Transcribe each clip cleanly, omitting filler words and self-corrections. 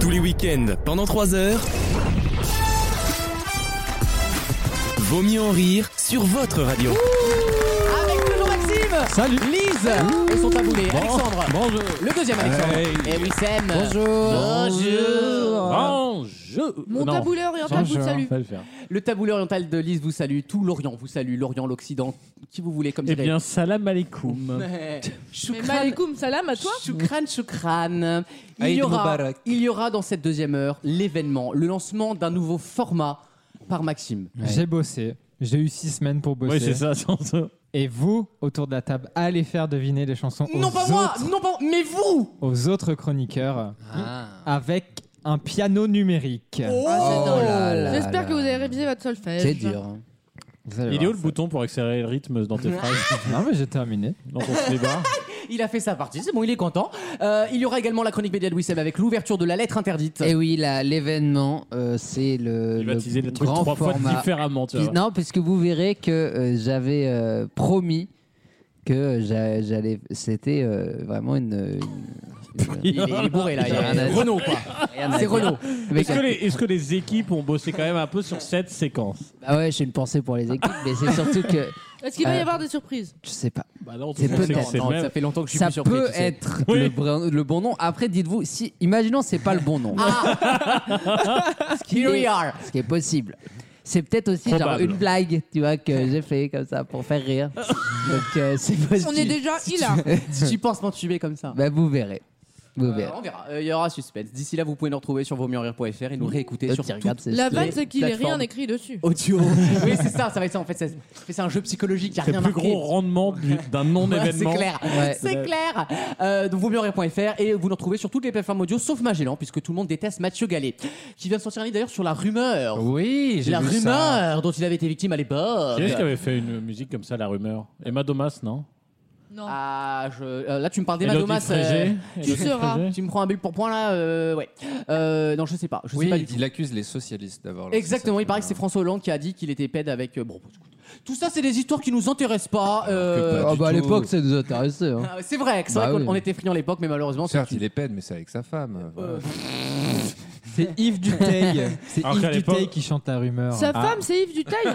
Tous les week-ends, pendant 3 heures. Vaut mieux en rire sur votre radio. Avec toujours Maxime. Salut. Lise. Et son taboulé. Bon. Alexandre. Bonjour. Le deuxième Alexandre. Hey. Et Wissem. Bonjour. Mon taboulé oriental vous salue. Le taboulé oriental de Lise vous salue. Tout l'Orient vous salue. L'Orient, l'Occident, qui vous voulez comme Eh dirait. bien, salam alaikum. Mais Choukran. malekoum, salam à toi. Choukran. Aïd Il y aura dans cette deuxième heure l'événement, le lancement d'un nouveau format par Maxime. J'ai bossé. J'ai eu 6 semaines pour bosser. Oui, c'est ça, sans ça. Et vous, autour de la table, allez faire deviner les chansons Non pas moi, non pas mais vous. aux autres chroniqueurs avec un piano numérique. Oh, J'espère que vous avez révisé votre solfège. C'est dur. hein. Vous allez Il est où voir le ça. bouton pour accélérer le rythme dans tes phrases Non, mais j'ai terminé. dans ton débat? Il a fait sa partie, c'est bon, il est content. Il y aura également la chronique média de Wissem avec l'ouverture de la lettre interdite. Et oui, l'événement, c'est le Il va teaser le truc grand 3 fois format. différemment, tu vois. Non, parce que vous verrez que j'avais promis que j'allais. C'était vraiment une Il est bourré là, il Rien à est dire. Renault quoi. Rien à C'est dire. Renault. Avec Est-ce que les équipes ont bossé quand même un peu sur cette séquence? Bah ouais, j'ai une pensée pour les équipes, mais c'est surtout que Est-ce qu'il va y avoir des surprises? je sais pas. Bah non, C'est tout le monde sait que peut-être. c'est le Non, même. ça fait longtemps que je suis Ça plus surpris. peut tu sais. être Oui. le bon nom. Après, dites-vous, si imaginons c'est pas le bon nom, Here we are. ce qui est possible. C'est peut-être aussi genre Probable. une blague, tu vois, que j'ai fait comme ça pour faire rire. Donc c'est possible. On est déjà hilar. Si tu penses m'entuber comme ça. Bah vous verrez. Vous verrez. On verra. Il y aura suspense. D'ici là, vous pouvez nous retrouver sur vaumieuxenrire.fr et nous réécouter Toi, sur tu regardes, c'est La stylé. vanne, c'est qu'il n'est rien plateforme. écrit dessus. audio. Oui, c'est ça. Ça va être ça. En fait, c'est un jeu psychologique. Il y a C'est rien le plus marqué. gros rendement d'un non-événement. C'est clair. Ouais. C'est clair. Donc, vaumieuxenrire.fr et vous nous retrouvez sur toutes les plateformes audio sauf Magellan, puisque tout le monde déteste Mathieu Gallet, qui vient de sortir un livre d'ailleurs sur la rumeur. Oui, j'ai La vu ça. rumeur dont il avait été victime à l'époque. Qui est-ce qui avait fait une musique comme ça, La Rumeur? Emma Domas, non? Non. Ah, là, tu me parles d'Emma Élodie Domas. Frégé Tu Élodie seras. Frégé Tu me prends un but pour point là. Ouais. Non, je sais pas. Je sais pas du tout. il accuse les socialistes d'avoir lancé Exactement, cette il paraît que c'est rumeur. François Hollande qui a dit qu'il était pède avec. Bon, écoute, tout ça, c'est des histoires qui nous intéressent pas. Ah bah à l'époque, ça nous intéressait. Hein. C'est vrai, c'est Bah vrai oui. qu'on était friands à l'époque, mais malheureusement. Certes, c'est- il est pède, mais c'est avec sa femme. Voilà. C'est Yves Duteil. C'est Alors qu'à Yves l'époque- Duteil qui chante la rumeur. Sa femme, c'est Yves Duteil.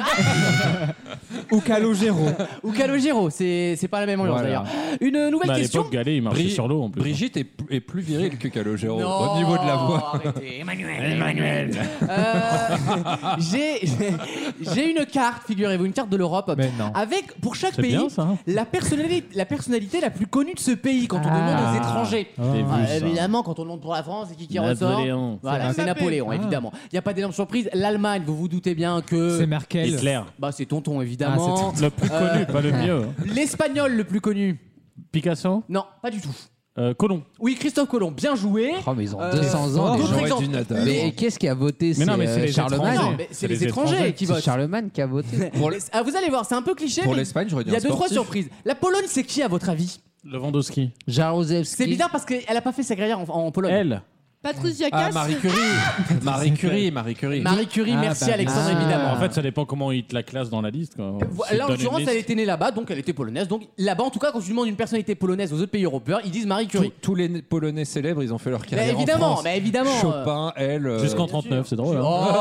Ou Calogero. Ou Calogero, c'est pas la même ambiance Voilà. d'ailleurs. Une nouvelle Bah, à question. l'époque, Gallet, il marchait sur l'eau en plus. Brigitte est plus virile que Calogero Non, au niveau de la voix. Arrêtez, Emmanuel. J'ai une carte, figurez-vous, une carte de l'Europe. Mais non. Avec pour chaque C'est pays bien, ça, hein. la personnalité la plus connue de ce pays quand on demande aux étrangers. J'ai vu ça. Évidemment, quand on demande pour la France, c'est qui ressort. Napoléon. Voilà, c'est Napoléon, évidemment. Il n'y a pas d'énorme surprise. L'Allemagne, vous vous doutez bien que. C'est Merkel. Hitler. Bah, c'est Tonton, évidemment. Le plus connu, pas le mieux. L'espagnol le plus connu. Picasso? Non, pas du tout. Colomb. Oui, Christophe Colomb, bien joué. Oh mais ils ont Euh, 200 ans. d'autres déjà. J'aurais exemples. dû Nadal. Mais qu'est-ce qui a voté? Mais non, mais c'est les Charlemagne. étrangers. Non, mais c'est les étrangers qui C'est votent. Charlemagne qui a voté. Ah, vous allez voir, c'est un peu cliché. Pour mais l'Espagne, j'aurais dit il y a un 2-3 sportif. surprises. La Pologne, c'est qui à votre avis? Lewandowski. Jaruzelski. C'est bizarre parce qu'elle a pas fait sa carrière en Pologne. Elle. Patricia Ah, Cass. Marie Curie. Marie Curie. Marie Curie, Ah, merci bah, Alexandre, ah. évidemment. En fait, ça dépend comment il te la classe dans la liste. Quoi. Là, en l'occurrence, elle était née là-bas, donc elle était polonaise. Donc là-bas, en tout cas, quand tu demandes une personnalité polonaise aux autres pays européens, ils disent Marie Curie. Tous les Polonais célèbres, ils ont fait leur Mais carrière évidemment, en France. mais évidemment. Chopin, elle. Jusqu'en 39, c'est drôle. Hein.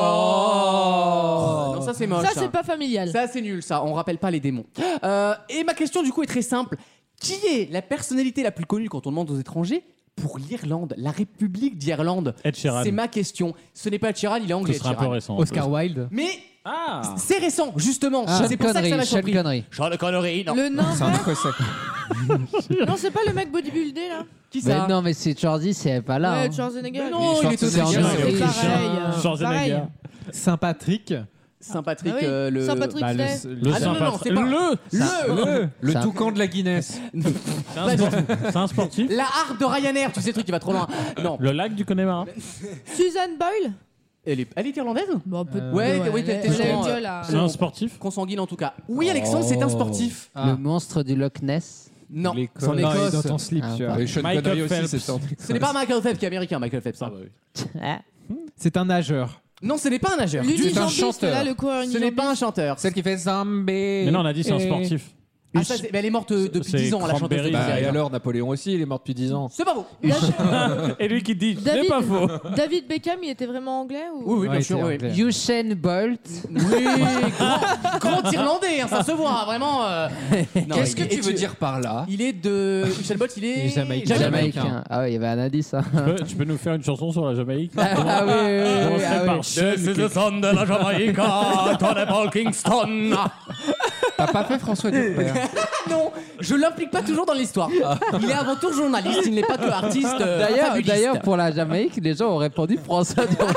Oh, non, ça c'est moche. Ça, c'est pas familial. Ça, c'est nul, ça. On rappelle pas les démons. Et ma question, du coup, est très simple. Qui est la personnalité la plus connue quand on demande aux étrangers pour l'Irlande, la République d'Irlande? Ed Sheeran. C'est ma question. Ce n'est pas Ed Sheeran, il est Ce anglais. serait un Ed peu Sheeran. récent. Oscar Wilde. Mais Ah c'est récent, justement. Sean c'est pour ça que ça m'a Connery. Sean surpris. Connery. Sean Connery, non. Le nain C'est un vert. Écossais. Non, c'est pas le mec bodybuildé là. Qui Mais ça? non, mais c'est Jordi, c'est pas là. Ouais, hein. Schwarzenegger. Mais non, il est C'est en autrichien. Autriche. C'est pareil. Schwarzenegger. pareil. Saint-Patrick. Saint-Patrick, Ah oui, le. Saint-Patrick Bah, Day. Le Ah non, non, non, c'est pas- Le Ça- toucan de la Guinness. C'est un sportif. La harpe de Ryanair, tu sais, le truc qui va trop loin. Non. Le lac du Connemara. Suzanne Boyle. Elle est irlandaise? Bon, Ouais, oui, t'es elle a sûrement, une gueule à- C'est un sportif. Consanguine en tout cas. Oui, Alexandre, c'est un sportif. Le monstre du Loch Ness. Non, L'Écosse. c'est en Non, il est dans Écosse. ton slip, Ah, tu vois. Et Sean Michael Connery aussi, Phelps. c'est en Ce n'est pas Michael Phelps qui est américain, Michael Phelps. hein. Ah. C'est un nageur. Non, ce n'est pas un nageur. L'unijambiste, chanteur. là, le coureur Ce n'est pas un chanteur. Celle qui fait Zombie. Mais non, on a dit c'est un sportif. Ah, ça, elle est morte depuis C'est 10 ans, la chanteuse de Cranberries. Bah, Cranberries. et alors, Napoléon aussi, il est mort depuis 10 ans. C'est pas beau. Et lui qui dit, David- c'est pas faux. David Beckham, il était vraiment anglais ou... Oui, bien Ouais, sûr. c'est Oui, anglais. Usain Bolt. oui grand Irlandais, hein, ça se voit, vraiment. Non, Qu'est-ce que il- tu et veux dire par là? Il est de. Usain Bolt, il est. Il est jamaïcain. Jamaïcain. Ah ouais, il y avait un indice. Hein. Tu peux nous faire une chanson sur la Jamaïque? Ah oui, oui, On oui, fait ah par oui. Sean This is the son de la Jamaïque, Tony Paul Kingston. T'as pas fait François Duper? Non, je l'implique pas toujours dans l'histoire. Il est avant tout journaliste, il n'est pas que artiste. Fabuliste. D'ailleurs, pour la Jamaïque, les gens ont répondu François Duper.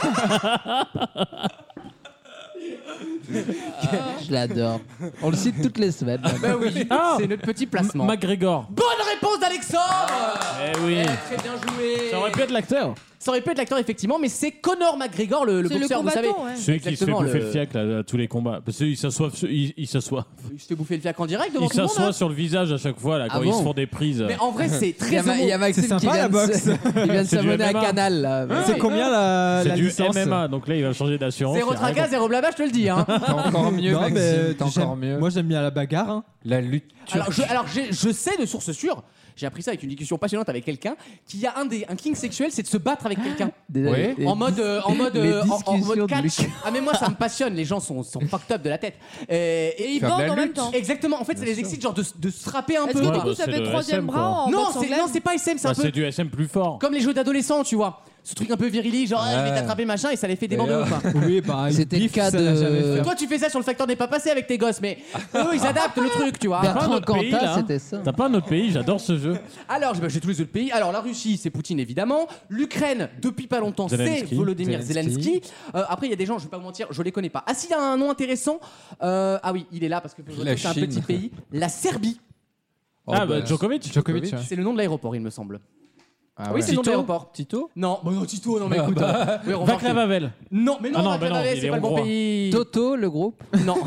Je l'adore. On le cite toutes les semaines. Ben oui, c'est notre petit placement. McGregor. Bonne réponse d'Alexandre. Eh oui. Très bien joué. Ça aurait pu être l'acteur. Ça aurait pu être l'acteur effectivement, mais c'est Conor McGregor, le C'est le boxeur, vous savez. combattant, ouais. Celui qui se fait Exactement, bouffer le- le fiac là, à tous les combats. Parce qu'il s'assoit. Il s'assoit. Il se fait bouffer le fiac en direct devant Il tout le monde. s'assoit hein. sur le visage à chaque fois là, quand Ah ils bon se font des prises. Mais en vrai, c'est Il y très a, il y a Maxime C'est sympa, qui vient la de boxe. il vient de C'est du s'abonner à MMA. Canal. Là. C'est combien la C'est du licence? MMA, donc là il va changer d'assurance. Zéro il y a rien tracas, zéro blabla, je te le dis. Hein. T'as encore mieux, Non, mais Maxime. T'as encore j'aime- mieux. Moi, j'aime bien la bagarre. Hein. La lutte turque. Alors, je sais de sources sûres, j'ai appris ça avec une discussion passionnante avec quelqu'un, qu'il y a un king sexuel, c'est de se battre avec quelqu'un. Oui. En mode, les en mode discussions de catch. Luc. Ah mais moi ça me passionne, les gens sont fucked up de la tête. Et ils Faire de bandent la en même lutte. temps. Exactement, en fait ça les excite genre de se frapper un Est-ce peu. que Ouais, du bah, coup, ça c'est fait le troisième SM, bras quoi. en Non, mode c'est sanglaise non, c'est pas SM, c'est un Bah, peu c'est du SM plus fort. comme les jeux d'adolescents, tu vois. Ce truc un peu virili, genre je vais Ouais. t'attraper machin et ça les fait débander D'ailleurs. quoi. Oui, bah, C'était Biff, le cas ça l'a de- jamais fait. Toi tu fais ça sur le facteur n'est pas passé avec tes gosses, mais eux ils adaptent le truc, tu vois. pas un Bertrand autre pays, Cantat, là. c'était ça. T'as pas un autre pays, j'adore ce jeu. Alors, j'ai tous les autres pays. Alors, la Russie, c'est Poutine, évidemment. L'Ukraine, depuis pas longtemps, c'est Zelensky. Volodymyr Zelensky. Après, il y a des gens, je vais pas vous mentir, je les connais pas. Ah, s'il y a un nom intéressant. Ah oui, il est là parce que c'est un Chine. petit pays. La Serbie, Oh, Djokovic. Djokovic. ouais. c'est le nom de l'aéroport, il me semble. Ah oui, ouais. c'est le nom de l'aéroport. Tito? Non, bah non, Tito, non, mais écoute. oui, on Vaclav Havel. Non, mais non, Ah non, Vaclav bah non, Havel, il c'est est pas le bon hongrois. pays. Toto, le groupe. Non.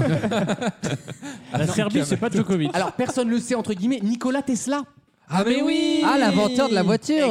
La Serbie, c'est pas Djokovic. Alors, personne le sait, entre guillemets, Nikola Tesla. Ah, mais oui! Ah, l'inventeur de la voiture.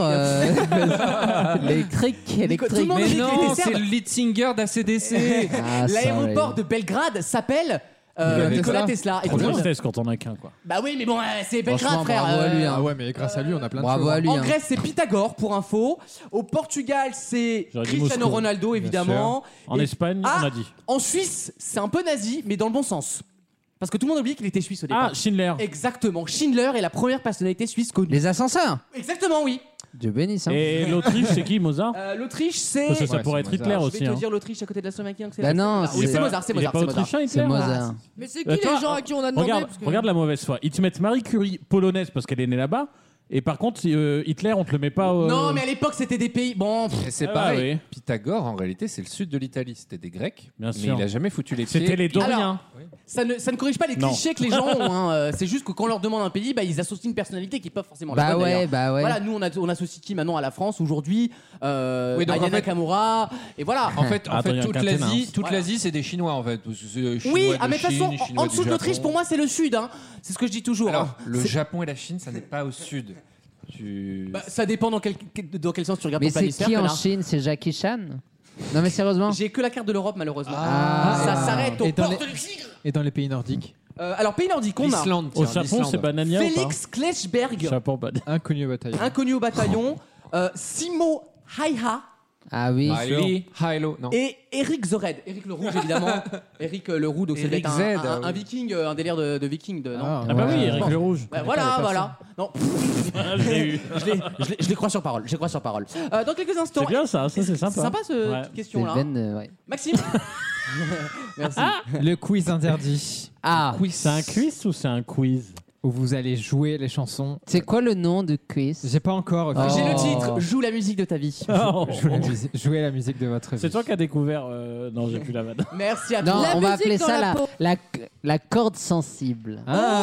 Électrique, Tout le électrique. monde Mais dit qu'il non, était serbe. c'est le lead singer d'ACDC! Ah, L'aéroport sorry. de Belgrade s'appelle Nikola Tesla. Et Trop tout le de monde- tristesse quand on a qu'un quoi. Bah oui, mais bon, c'est Belgrade, Franchement, frère. bravo à lui, hein. Ah ouais, mais grâce à lui, on a plein de Bravo choses. à lui. En hein. Grèce, c'est Pythagore pour info. Au Portugal, c'est J'aurais dit Cristiano Moscou. Ronaldo, évidemment. En Et- Espagne, Ah, on a dit. En Suisse, c'est un peu nazi, mais dans le bon sens. Parce que tout le monde oublie qu'il était suisse au départ. Ah, Schindler. Exactement. Schindler est la première personnalité suisse connue. Les ascenseurs. Exactement, oui. Dieu bénisse. Hein. Et l'Autriche, c'est qui, Mozart? L'Autriche, c'est. Parce que ça Ouais, pourrait c'est être Hitler Mozart. Je aussi. vais te hein. dire l'Autriche à côté de la Slovaquie. hein, que c'est Bah la- non, Ah, oui, c'est- c'est Mozart, c'est Il est Mozart, pas c'est Mozart. autrichien, C'est Hitler? Mozart. Mais c'est qui Toi, les gens à qui on a demandé Regarde, parce que- regarde la mauvaise foi. Ils te mettent Marie Curie polonaise parce qu'elle est née là-bas. Et par contre, Hitler, on te le met pas. Non, mais à l'époque, c'était des pays. Bon. Et c'est Ah, pareil. oui. Pythagore, en réalité, c'est le sud de l'Italie. C'était des Grecs. Bien mais sûr. il a jamais foutu les pieds. C'était les Doriens. Ça ne corrige pas les Non. clichés que les gens ont. hein. C'est juste que quand on leur demande un pays, bah, ils associent une personnalité qui est pas forcément la Bah bonne, ouais, d'ailleurs. bah ouais. Voilà, nous on associe qui maintenant à la France aujourd'hui Oui, donc, Ayana en fait- Nakamura et voilà. En fait, Adrien toute Quatennens. l'Asie, Voilà. c'est des Chinois en fait. Chinois Oui, de mais de toute Chine, façon, Chinois en du dessous de l'Autriche, Japon. pour moi, c'est le sud. Hein. C'est ce que je dis toujours. Alors, hein. le Japon et la Chine, ça n'est pas au sud. Bah, ça dépend dans quel sens tu regardes Mais ton c'est planisphère. qui en connard. Chine? C'est Jackie Chan? Non mais sérieusement. J'ai que la carte de l'Europe, malheureusement. Ah. Ça s'arrête aux Et dans portes les- du tigre. Et dans les pays nordiques, Alors, pays nordique, on a L'Islande. Au tiens, Japon, l'Islande. c'est Banania ou pas Félix Kleshberg, Japon, inconnu au bataillon. inconnu au bataillon, Simo Haiha Ah oui. Hailo. Hailo, non. et Eric Zored. Eric le Rouge, évidemment. Eric le Roux, donc c'est Eric peut-être Z, un oui. viking, un délire de viking. Non. Ah bah oui, Ouais. Eric Bon. le Rouge. Bah, voilà. Non, Je l'ai eu. je les crois sur parole. Dans quelques instants. C'est bien ça, ça c'est sympa. C'est sympa cette Ouais. C'est question-là. Ben, ouais. Maxime. Merci. Le quiz interdit, Ah. C'est un quiz ou c'est un quiz? où vous allez jouer les chansons. C'est quoi le nom du quiz? J'ai pas encore. Oh. J'ai le titre. Joue la musique de ta vie. Jouer la musique de votre vie. C'est toi qui as découvert. Non, j'ai plus la vanne. Merci à Non, toi. La on va musique appeler dans ça la peau. la corde sensible.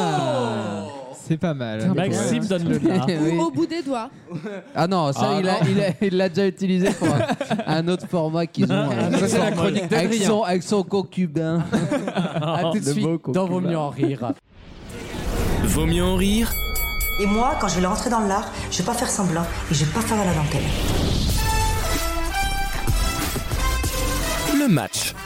Ah, c'est pas mal. Maxime donne le là. Oui. Ou au bout des doigts. Ah non, ça Ah, il l'a déjà utilisé pour un autre format qu'ils ont. Ça, c'est la chronique avec, d'Adrien. avec son concubin. À tout de Le suite beau dans Vaut concubin. mieux en rire. Vaut mieux en rire Et moi, quand je vais rentrer dans l'art, je vais pas faire semblant et je vais pas faire à la dentelle. le match.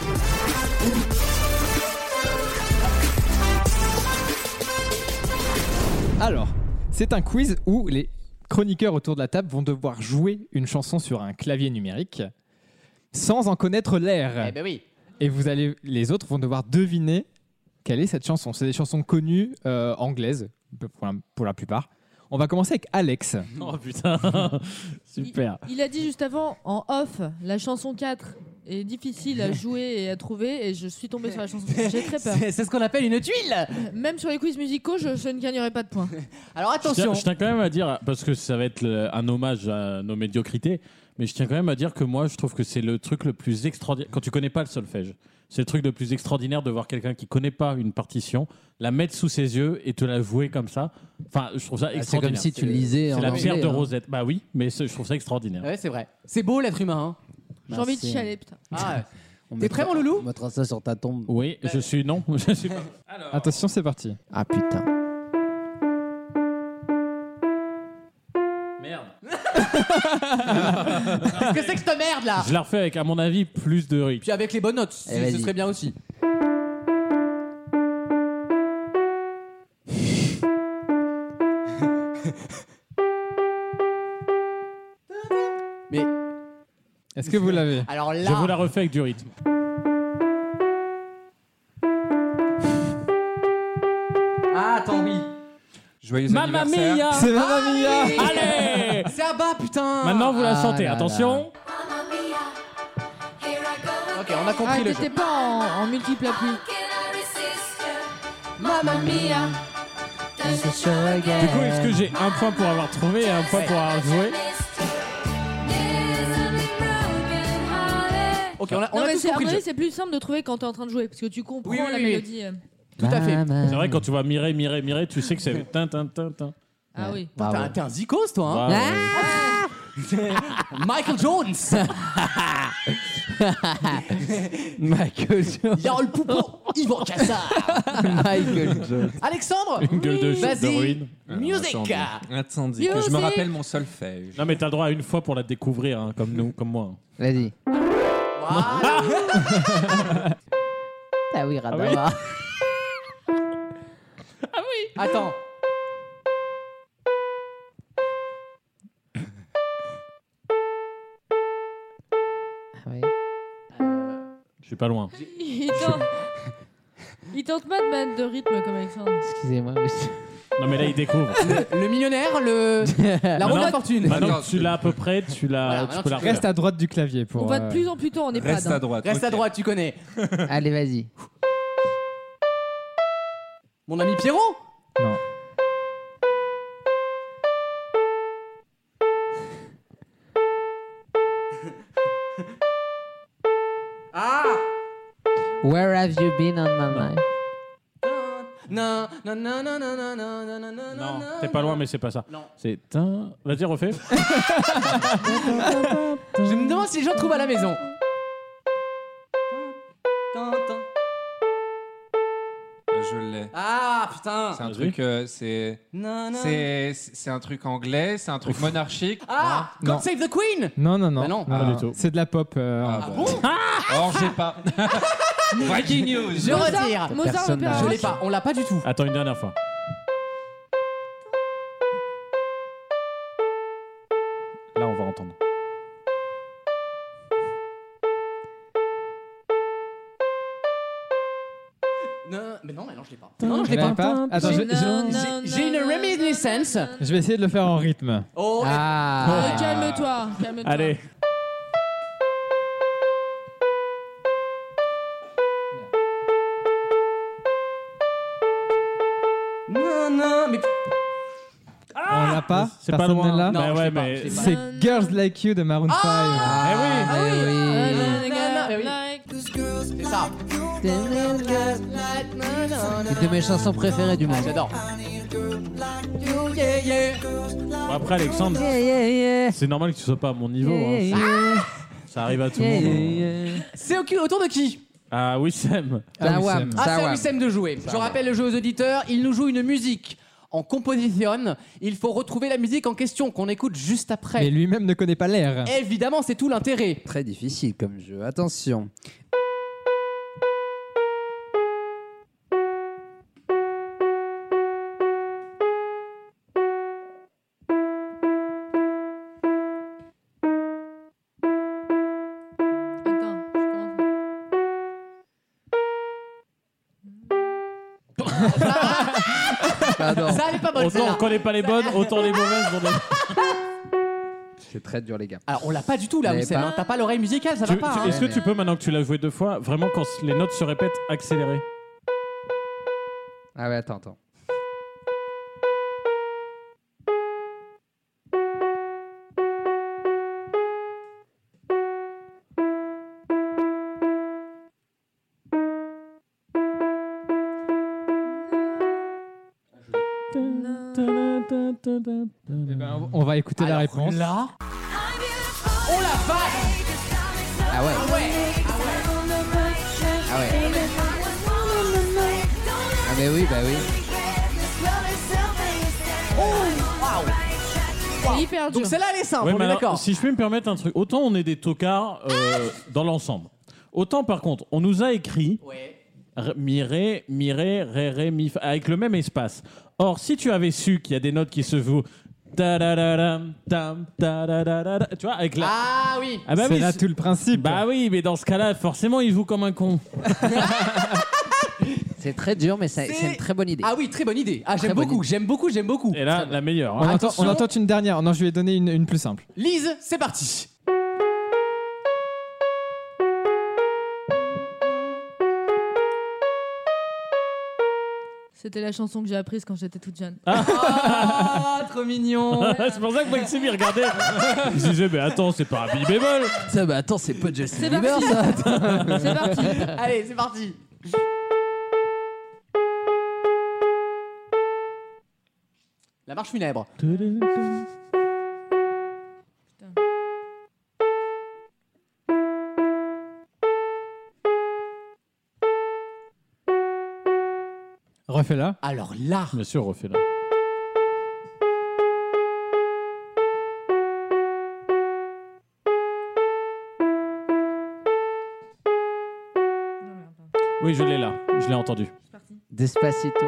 Alors, c'est un quiz où les chroniqueurs autour de la table vont devoir jouer une chanson sur un clavier numérique sans en connaître l'air. Eh ben oui. Et les autres vont devoir deviner quelle est cette chanson. C'est des chansons connues anglaises, pour la plupart. On va commencer avec Alex. Oh putain, super. Il a dit juste avant, en off, la chanson 4 est difficile à jouer et à trouver, et je suis tombée sur la chanson 4. J'ai très peur. C'est ce qu'on appelle une tuile. Même sur les quiz musicaux, je ne gagnerai pas de points. Alors attention. Je tiens quand même à dire, parce que ça va être un hommage à nos médiocrités, mais je tiens quand même à dire que moi, je trouve que c'est le truc le plus extraordinaire. Quand tu connais pas le solfège, c'est le truc le plus extraordinaire de voir quelqu'un qui connaît pas une partition, la mettre sous ses yeux et te la jouer comme ça. Enfin, je trouve ça C'est extraordinaire. comme si tu lisais en C'est la anglais, pierre de hein. Rosette. Bah oui, mais je trouve ça extraordinaire. Ouais, c'est vrai. C'est beau l'être humain. J'ai envie de Merci. chialer, putain. Ah, ouais. On T'es mettra- prêt, mon loulou On mettra ça sur ta tombe. Oui, je suis non. Je suis pas. Attention, c'est parti. Ah putain. Merde. Qu'est-ce que c'est que cette merde là? Je la refais avec, à mon avis, plus de rythme. Puis avec les bonnes notes, Allez, ce vas-y. serait bien aussi. Mais Est-ce que vous l'avez? alors Je vous la là, refais avec du rythme. ah attends oui, Joyeux Mamma anniversaire. mia. C'est Mamma Mia. Allez. c'est à bas putain. Maintenant, vous la Ah chantez. là Attention. Ok, on a Ah, compris le jeu. t'étais pas en multiple appui. Mamma mia. Du coup, est-ce que j'ai un point pour avoir trouvé et un point pour avoir joué? Ok, on a Non, mais tous c'est, à compris mon le avis, jeu. c'est plus simple de trouver quand t'es en train de jouer, parce que tu comprends Oui, oui, la oui. mélodie. Tout à fait. C'est vrai, quand tu vois Mireille, tu sais que c'est tin, tin, tin, tin. Ah oui. Bravo. T'es un zikos toi, hein. Bravo. Michael Jones. Michael Jones. Y'a le poupo. Yvan Cassard. Michael Jones. Alexandre. Une gueule de Vas-y. ruine. Music. Attendez, que je me Music. rappelle mon solfège. Non, mais t'as le droit à une fois pour la découvrir, hein, comme nous, comme moi. Vas-y. Voilà. Ah oui, Radama. Attends. Ah oui. Je suis pas loin. Il tente pas de mettre de rythme comme Alexandre. Excusez-moi, monsieur. Non, mais là, il découvre. Le millionnaire, la roue de la fortune. Maintenant Attends, que tu l'as à peu près, tu Voilà, peux la refaire. Reste à droite du clavier pour. On va de plus en plus tôt en EHPAD. Reste à droite. Reste à ok. droite, tu connais. Allez, vas-y. Mon ami Pierrot. Non. Ah. Where have you been on my life? Non, non, non, non, non, non, non, non, non, non, Non, t'es pas loin, mais c'est pas ça. Non. C'est tin. Vas-y, refais. Je me demande si les gens trouvent à la maison. Je l'ai. Ah putain. C'est un Vas-y. truc, c'est Non, non. c'est un truc anglais, c'est un truc monarchique. Ah, Non. God Save the Queen. Non, non, non. Bah non. Pas du tout. C'est de la pop. Ah, Ah bah. bon? Or, j'ai pas. Breaking news. Je retire. Mozart Personne n'a- Je l'opéra. l'ai pas. On l'a pas du tout. Attends une dernière fois. Là, on va entendre. Non, mais non, je l'ai pas. Non, je l'ai Vous l'avez pas. pas Attends, J'ai une reminiscence. je vais essayer de le faire en rythme. Oh. Ah. Calme-toi, calme-toi. Allez. Non, non, mais On l'a pas. C'est pas Personne loin. ne l'a Non, Bah je ouais, l'ai pas, mais je l'ai pas. C'est Girls Like You de Maroon 5. Ah oui. c'est ça. C'est de mes chansons préférées du monde. J'adore. Bon, après, Alexandre, Yeah, yeah, yeah. c'est normal que tu sois pas à mon niveau. Yeah, Hein. yeah. Ça arrive à tout le Yeah, monde. yeah. C'est autour de qui? Ah oui, Sam. Ah oui, Sawam. Sam. Ah, c'est à Sawam. Wissem de jouer. Je rappelle le jeu aux auditeurs. Il nous joue une musique en composition. Il faut retrouver la musique en question qu'on écoute juste après. Mais lui-même ne connaît pas l'air. Évidemment, c'est tout l'intérêt. Très difficile comme jeu. Attention. Pardon. Ça, elle est pas bonne, Autant celle-là. on connaît pas les bonnes, autant les mauvaises. C'est très dur, les gars. Alors, on l'a pas du tout, là, Vous Wissem, l'avez hein. T'as pas l'oreille musicale, ça va pas. hein. Est-ce que tu peux, maintenant que tu l'as joué 2 fois, vraiment quand les notes se répètent, accélérer? Ah ouais, attends. Eh ben, on va écouter la Alors réponse. Là. Oh la vache! Ah ouais. Ah ouais! Ah ouais. Ah mais oui, bah oui. C'est hyper dur. Donc celle-là, elle est simple, Ouais, on mais est alors, d'accord. si je peux me permettre un truc, autant on est des tocards dans l'ensemble. Autant par contre, on nous a écrit Ouais. mi, ré, mi, fa, avec le même espace. Or, si tu avais su qu'il y a des notes qui se jouent, ta-da-da-dam, tam, ta-da-da-da-da, tu vois, avec la. Ah oui! Ah bah C'est oui, là tout le principe. bah oui, mais dans ce cas-là, forcément, il joue comme un con. C'est très dur, mais c'est une très bonne idée. Ah oui, très bonne idée. Ah, j'aime Très bonne beaucoup, j'aime beaucoup. Et là, la meilleure. On hein. entend, Attention. on entend une dernière. Non, je lui ai donné une plus simple. Lise, c'est parti. C'était la chanson que j'ai apprise quand j'étais toute jeune. Ah, trop mignon. C'est pour ça que Maxime il regardait. Il se disait, mais attends, c'est pas un mi bémol. Ça, bah attends, c'est pas Justin C'est Bieber, parti. ça. C'est parti. Allez, c'est parti. La marche funèbre. Refais-la. Alors là, Bien sûr, refais-la. Oui, je l'ai là. Je l'ai entendu. Despacito.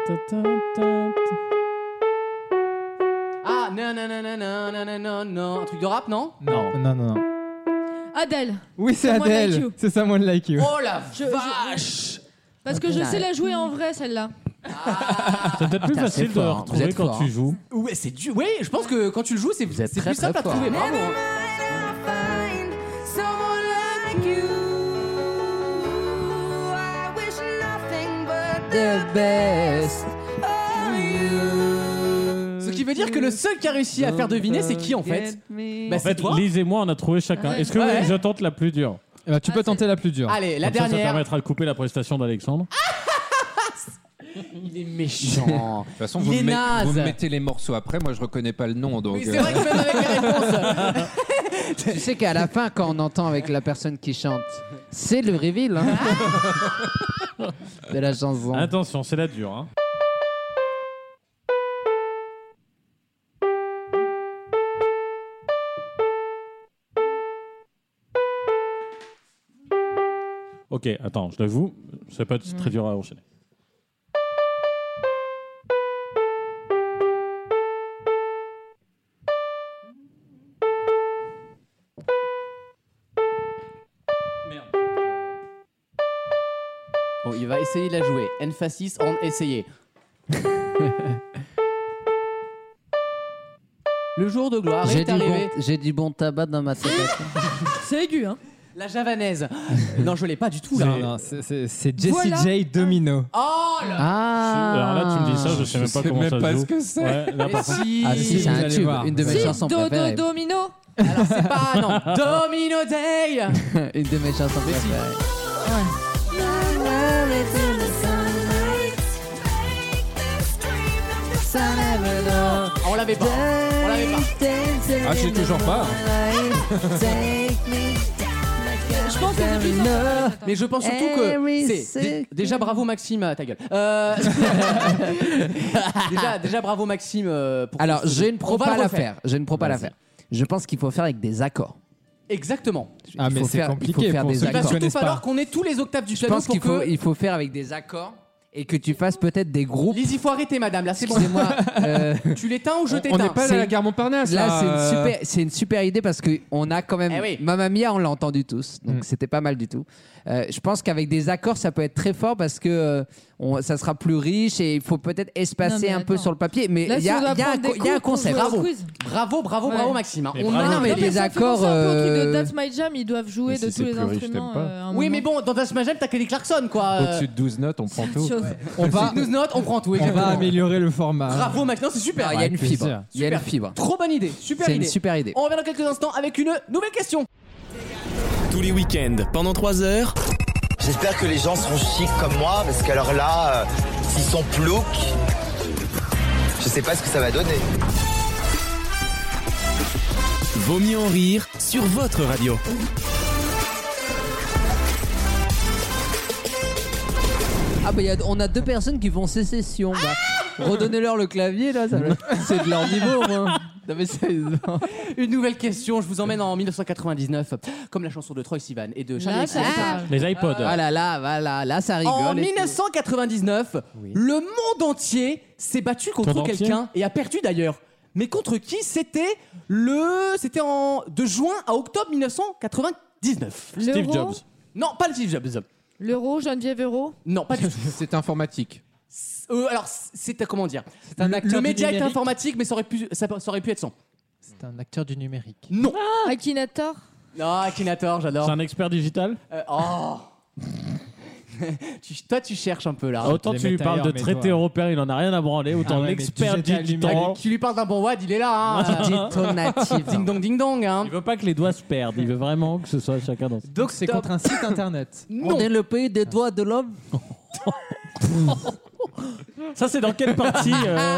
ah non, un truc de rap, non? Non. Adèle. Oui, c'est Someone Like Adèle. You. C'est Someone Like You. Oh la Je- vache. Parce que je sais la jouer en vrai, celle-là. C'est peut-être plus Putain, facile c'est de fort, vous retrouver êtes quand fort, tu hein. joues. Ouais, c'est dur. Oui, je pense que quand tu le joues, c'est êtes plus très, simple très à trouver. fort. Bravo. hein. The best. Ce qui veut dire que le seul qui a réussi à faire deviner, c'est qui en fait? Bah, En c'est fait, toi. Lise et moi, on a trouvé chacun. Ouais. Est-ce que Ouais. je tente la plus dure? Eh ben, tu peux tenter la plus dure. Allez, la Comme ça, ça dernière. permettra de couper la prestation d'Alexandre. Il est méchant. De toute façon, Il vous est me, naze. vous me mettez les morceaux après, moi je reconnais pas le nom. Donc, Oui, c'est vrai que même avec les réponses. Tu sais qu'à la fin, quand on entend avec la personne qui chante, c'est le reveal hein, de la chanson. Attention, c'est la dure. Hein. Ok, attends, je l'avoue, c'est pas très dur à enchaîner. Merde. Bon, il va essayer de la jouer. Emphasis on essayer. Le jour de gloire est arrivé. J'ai du bon tabac dans ma tête. C'est aigu, hein. La javanaise. Non, je l'ai pas du tout là. Non, c'est Jessie Voilà. J Domino. Oh là. Ah. Alors là, tu me dis ça, je sais même pas comment ça se joue. ce que c'est. Ouais, là, par contre- Si. Ah si, c'est Vous un allez tube, voir. une de mes Si, chansons do, préférées. domino. Alors c'est pas non. Domino Day. Une de mes chansons Mais si. préférées. On l'avait pas. On l'avait pas. Ah, j'ai toujours pas. Je pense que c'est plus simple. Mais je pense surtout que c'est déjà bravo Maxime, ta gueule. déjà bravo Maxime pour Alors, ce- j'ai une On va propa à le la refaire. faire. J'ai une propa à la faire. Je pense qu'il faut faire avec des accords. Exactement. Ah, Il mais faut c'est faire- il faut compliqué faire pour des ceux Il va qui accords. ne surtout connaissent falloir pas. qu'on ait tous les octaves du Je piano pense pour qu'il faut, que il faut faire avec des accords et que tu fasses peut-être des groupes. Lise, il faut arrêter, madame. Là, c'est bon. Excusez-moi. Tu l'éteins ou je On t'éteins? n'est pas à la gare Montparnasse. Là, c'est une super idée parce qu'on a quand même. Eh oui. Mamma Mia, on l'a entendu tous, donc c'était pas mal du tout. Je pense qu'avec des accords, ça peut être très fort parce que ça sera plus riche et il faut peut-être espacer un peu sur le papier. Mais il y a un concept. Bravo, Maxime. Mais les accords. Un peu au truc de That's My Jam, ils doivent jouer de tous les instruments. Oui, mais bon, dans That's My Jam, t'as Kelly Clarkson, quoi. Au-dessus de 12 notes, on prend tout. On va 12 notes, on prend tout. On va améliorer le format. Bravo, Max. Non, c'est super. Il y a une fibre. Il y a une fibre. Trop bonne idée. Super idée. C'est une super idée. On revient dans quelques instants avec une nouvelle question. Tous les week-ends, pendant 3 heures. J'espère que les gens seront chics comme moi, parce qu'alors là, s'ils sont ploucs, je sais pas ce que ça va donner. Vaut mieux en rire sur votre radio. Ah bah on a 2 personnes qui font sécession. Redonnez-leur le clavier là, c'est de leur niveau. Moi. Non, mais sérieusement. Une nouvelle question, je vous emmène en 1999, comme la chanson de Troye Sivan et de Charlie XCX. Les iPods. Là ça rigole. En 1999, le monde entier s'est battu contre quelqu'un et a perdu d'ailleurs. Mais contre qui? C'était de juin à octobre 1999. Steve Jobs. Non, pas le Steve Jobs. L'euro, Geneviève Euro? Non, pas du tout. C'est informatique. Alors, c'était comment dire? C'est un acteur le média du est numérique. informatique, mais ça aurait pu être sans. C'est un acteur du numérique. Non. Akinator? Non, Akinator, j'adore. C'est un expert digital. Toi, tu cherches un peu là. Autant tu lui parles de traité européen, il en a rien à branler. Autant l'expert digital. Tu lui parles d'un bon wad, il est là. Hein. Ding dong, ding dong. Hein. Il veut pas que les doigts se perdent. Il veut vraiment que ce soit chacun dans. Donc c'est contre un site internet. On est le pays des doigts de l'homme. Ça, c'est dans quelle partie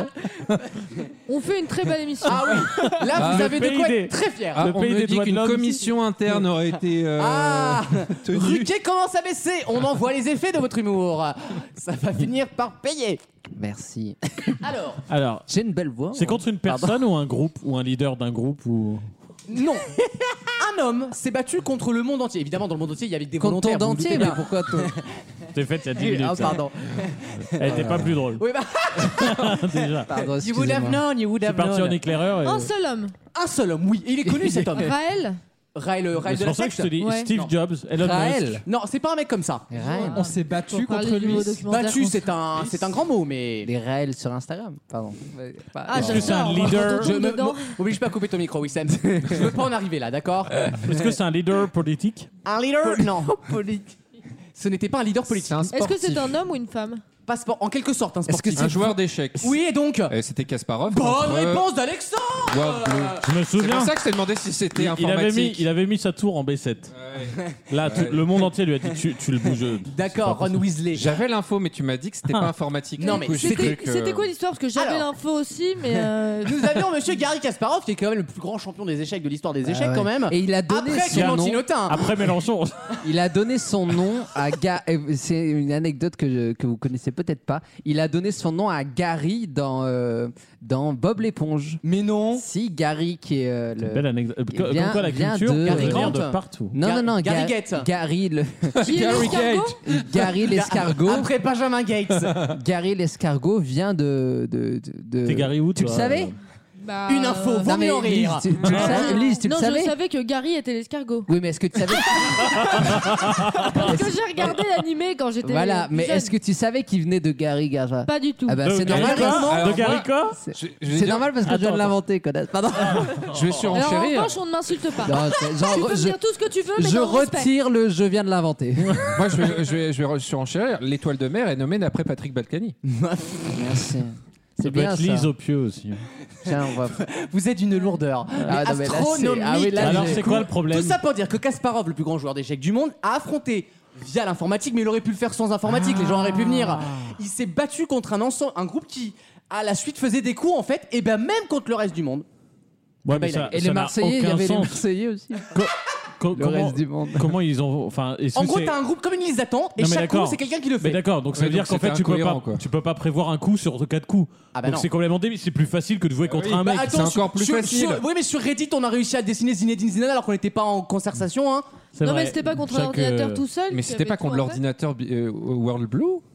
On fait une très belle émission. Ah oui, là vous avez de quoi être très fiers. On me dit qu'une commission interne aurait été tenue. Ruquier commence à baisser. On en voit les effets de votre humour. Ça va finir par payer. Merci. Alors, j'ai une belle voix. C'est contre une personne ou un groupe ou un leader d'un groupe ou. Non. Un homme s'est battu contre le monde entier. Évidemment, dans le monde entier, il y avait des contre volontaires. ton entier, mais pourquoi toi? T'es faite il y a 10 minutes. Ah, pardon. Elle était pas plus drôle. Oui, bah. Déjà. Pardon, You would have known, you would C'est have parti known. en éclaireur. Et... Un seul homme. Un seul homme, oui. Et il est connu cet homme. Raël? Raël C'est de la pour ça que je te secte. dis Ouais. Steve Non. Jobs, Elon Raël. Musk. Non, c'est pas un mec comme ça. On s'est battu Faut parler contre du lui. nouveau documentaire Battu, qu'on- c'est un grand mot, mais. Les réels sur Instagram, pardon. Ah, Est-ce que c'est un j'adore. leader Je dedans. Oblige pas à couper ton micro, Wissem. Je veux pas en arriver là, d'accord? Est-ce que c'est un leader politique? Un leader? Non. Ce n'était pas un leader politique. C'est un Est-ce que c'est sportif. un homme ou une femme? Pas en quelque sorte un sportif. Un joueur d'échecs. Oui, et donc C'était Kasparov. bonne contre réponse d'Alexandre. World Blue. Je me C'est souviens. pour ça que je t'ai demandé si c'était Il informatique. avait mis sa tour en B7. Là, le monde entier lui a dit tu le bouges. D'accord, Ron Weasley. J'avais l'info, mais tu m'as dit que c'était pas informatique. Non, Du mais coup, j'ai C'était cru que- c'était quoi l'histoire? Parce que j'avais Alors. l'info aussi, mais. Nous avions monsieur Garry Kasparov, qui est quand même le plus grand champion des échecs de l'histoire des échecs, quand même. Et il a donné Après son Clémentine nom. Autain. Après Mélenchon. Il a donné son nom à c'est une anecdote que vous connaissez peut-être pas. Il a donné son nom à Gary dans Bob l'éponge. Mais non. Si Gary qui est le Belle anecdote. Comme vient- quoi la vient culture de- peut Gary venir Grant. de partout. non Gary Gates. Gary Qui est l'escargot? Gary l'escargot. Après Benjamin Gates. Gary l'escargot vient de T'es Gary où, Tu le toi savais? Bah, Une info, vaut Non, mais mieux en Lise, rire. tu le savais? Lise, tu le Non, savais? je savais que Gary était l'escargot. Oui, mais est-ce que tu savais? Parce que j'ai regardé l'animé quand j'étais. Voilà, mais jeune. est-ce que tu savais qu'il venait de Gary Gaja? Pas du tout. Ah bah, De c'est Gary normal. quoi parce- Alors, De Gary moi- quoi Je vais C'est dire- normal parce que je viens de Attends. l'inventer, connasse. Pardon. Je vais sur Alors en enchérir. revanche, on ne m'insulte pas. Non, Tu peux me dire tout ce que tu veux, mais je dans le respect. retire le je viens de l'inventer. Moi, je vais sur enchérir. L'étoile de mer est nommée d'après Patrick Balkany. Merci. C'est Ça peut bien être ça. Lise au pieu aussi. Tiens, on va. Vous êtes d'une lourdeur. Ah, Mais non, mais là, c'est- astronomique. ah oui, là, Alors j'ai- c'est quoi le problème? Tout ça pour dire que Kasparov, le plus grand joueur d'échecs du monde, a affronté via l'informatique, mais il aurait pu le faire sans informatique, les gens auraient pu venir. Il s'est battu contre un groupe qui, à la suite, faisait des coups, en fait, et bien même contre le reste du monde. Ouais, mais Et ça- Et ça les n'a Marseillais, il y aucun avait les sens. Marseillais aussi. Le Comment- reste du monde. Comment ils ont. Enfin, est-ce En que gros, c'est- t'as un groupe comme une liste d'attente, et Non, mais chaque coup, d'accord. c'est quelqu'un qui le Mais fait. d'accord, donc ça Ouais, veut dire donc qu'en fait c'était tu peux incohérent, pas, quoi. tu peux pas prévoir un coup sur 4 coups. Ah bah donc non. c'est complètement débile. C'est plus facile que de jouer contre un mec. Bah, attends, c'est encore plus facile. Oui, mais sur Reddit, on a réussi à dessiner Zinedine Zidane alors qu'on n'était pas en concertation. Hein. C'est Non, vrai. mais c'était pas contre Chaque, l'ordinateur tout seul. Mais qu'il y c'était avait pas tout contre à faire. l'ordinateur World Blue.